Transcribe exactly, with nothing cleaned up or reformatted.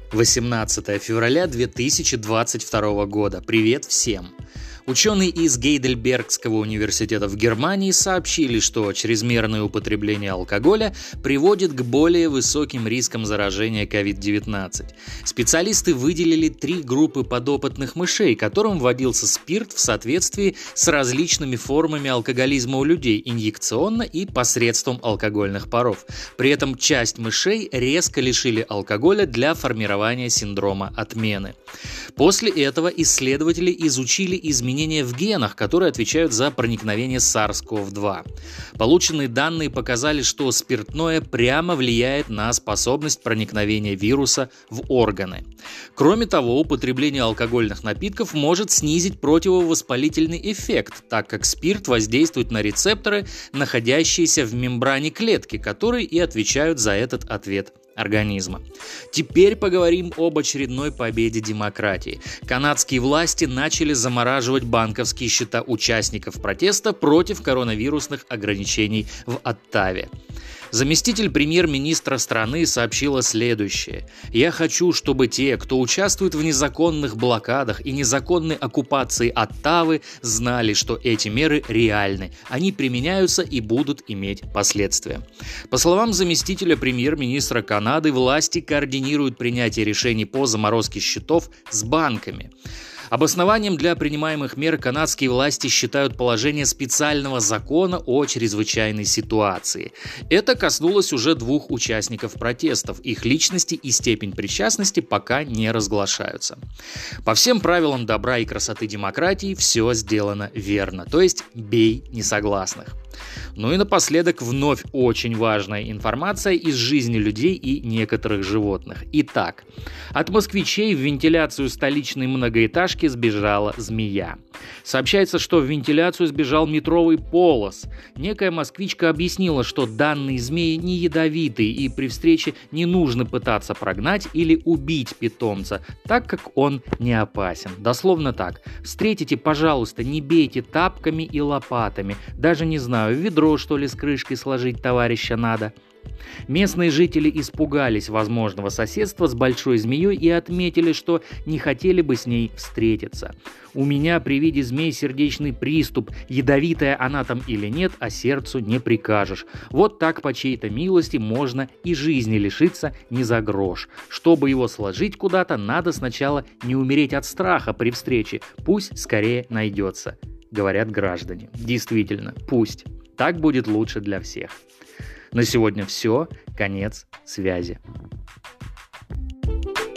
восемнадцатое февраля две тысячи двадцать второго года. Привет всем! Ученые из Гейдельбергского университета в Германии сообщили, что чрезмерное употребление алкоголя приводит к более высоким рискам заражения ковид девятнадцать. Специалисты выделили три группы подопытных мышей, которым вводился спирт в соответствии с различными формами алкоголизма у людей инъекционно и посредством алкогольных паров. При этом часть мышей резко лишили алкоголя для формирования синдрома отмены. После этого исследователи изучили изменения в генах, которые отвечают за проникновение SARS ков два. Полученные данные показали, что спиртное прямо влияет на способность проникновения вируса в органы. Кроме того, употребление алкогольных напитков может снизить противовоспалительный эффект, так как спирт воздействует на рецепторы, находящиеся в мембране клетки, которые и отвечают за этот ответ организма. Теперь поговорим об очередной победе демократии. Канадские власти начали замораживать банковские счета участников протеста против коронавирусных ограничений в Оттаве. Заместитель премьер-министра страны сообщила следующее. «Я хочу, чтобы те, кто участвует в незаконных блокадах и незаконной оккупации Оттавы, знали, что эти меры реальны. Они применяются и будут иметь последствия». По словам заместителя премьер-министра Канады, власти координируют принятие решений по заморозке счетов с банками. Обоснованием для принимаемых мер канадские власти считают положение специального закона о чрезвычайной ситуации. Это коснулось уже двух участников протестов. Их личности и степень причастности пока не разглашаются. По всем правилам добра и красоты демократии все сделано верно, то есть бей несогласных. Ну и напоследок вновь очень важная информация из жизни людей и некоторых животных. Итак, от москвичей в вентиляцию столичной многоэтажки сбежала змея. Сообщается, что в вентиляцию сбежал метровый полос. Некая москвичка объяснила, что данные змеи не ядовитые и при встрече не нужно пытаться прогнать или убить питомца, так как он не опасен. Дословно так. Встретите, пожалуйста, не бейте тапками и лопатами. Даже не знаю, ведро что ли с крышкой сложить товарища надо. Местные жители испугались возможного соседства с большой змеей и отметили, что не хотели бы с ней встретиться. У меня при виде змей сердечный приступ, ядовитая она там или нет, а сердцу не прикажешь. Вот так по чьей-то милости можно и жизни лишиться не за грош. Чтобы его сложить куда-то, надо сначала не умереть от страха при встрече, пусть скорее найдется, говорят граждане. Действительно, пусть. Так будет лучше для всех. На сегодня все. Конец связи.